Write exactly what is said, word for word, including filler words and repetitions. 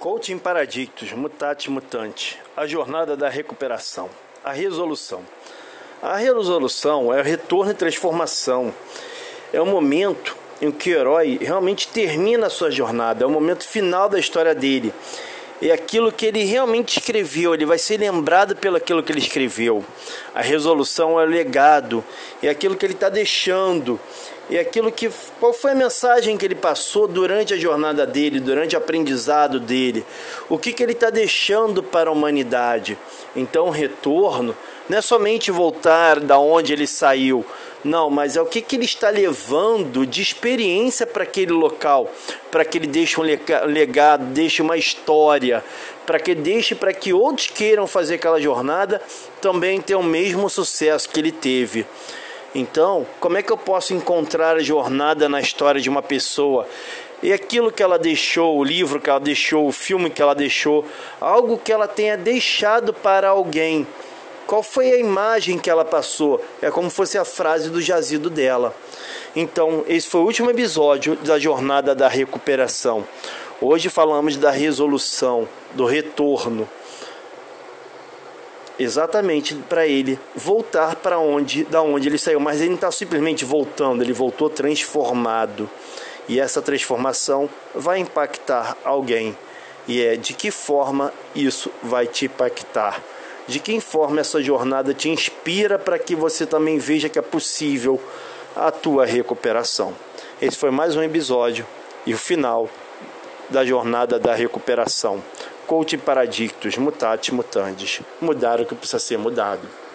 Coaching Paradictus, Mutate Mutante, a jornada da recuperação, a resolução. A resolução é o retorno e transformação, é o momento em que o herói realmente termina a sua jornada, é o momento final da história dele. É aquilo que ele realmente escreveu, ele vai ser lembrado pelo aquilo que ele escreveu. A resolução é o legado, é aquilo que ele está deixando, é aquilo que, qual foi a mensagem que ele passou durante a jornada dele, durante o aprendizado dele, o que, que ele está deixando para a humanidade. Então o retorno não é somente voltar da onde ele saiu, não, mas é o que, que ele está levando de experiência para aquele local, para que ele deixe um legado, deixe uma história, para que deixe para que outros queiram fazer aquela jornada também ter o mesmo sucesso que ele teve. Então, como é que eu posso encontrar a jornada na história de uma pessoa? E aquilo que ela deixou, o livro que ela deixou, o filme que ela deixou, algo que ela tenha deixado para alguém. Qual foi a imagem que ela passou? É como se fosse a frase do jazido dela. Então, esse foi o último episódio da jornada da recuperação. Hoje falamos da resolução, do retorno. Exatamente para ele voltar para onde, da onde ele saiu. Mas ele não está simplesmente voltando, ele voltou transformado. E essa transformação vai impactar alguém. E é de que forma isso vai te impactar? De que forma essa jornada te inspira para que você também veja que é possível a tua recuperação. Esse foi mais um episódio e o final da jornada da recuperação. Coaching Paradictus, Mutate Mutandis. Mudar o que precisa ser mudado.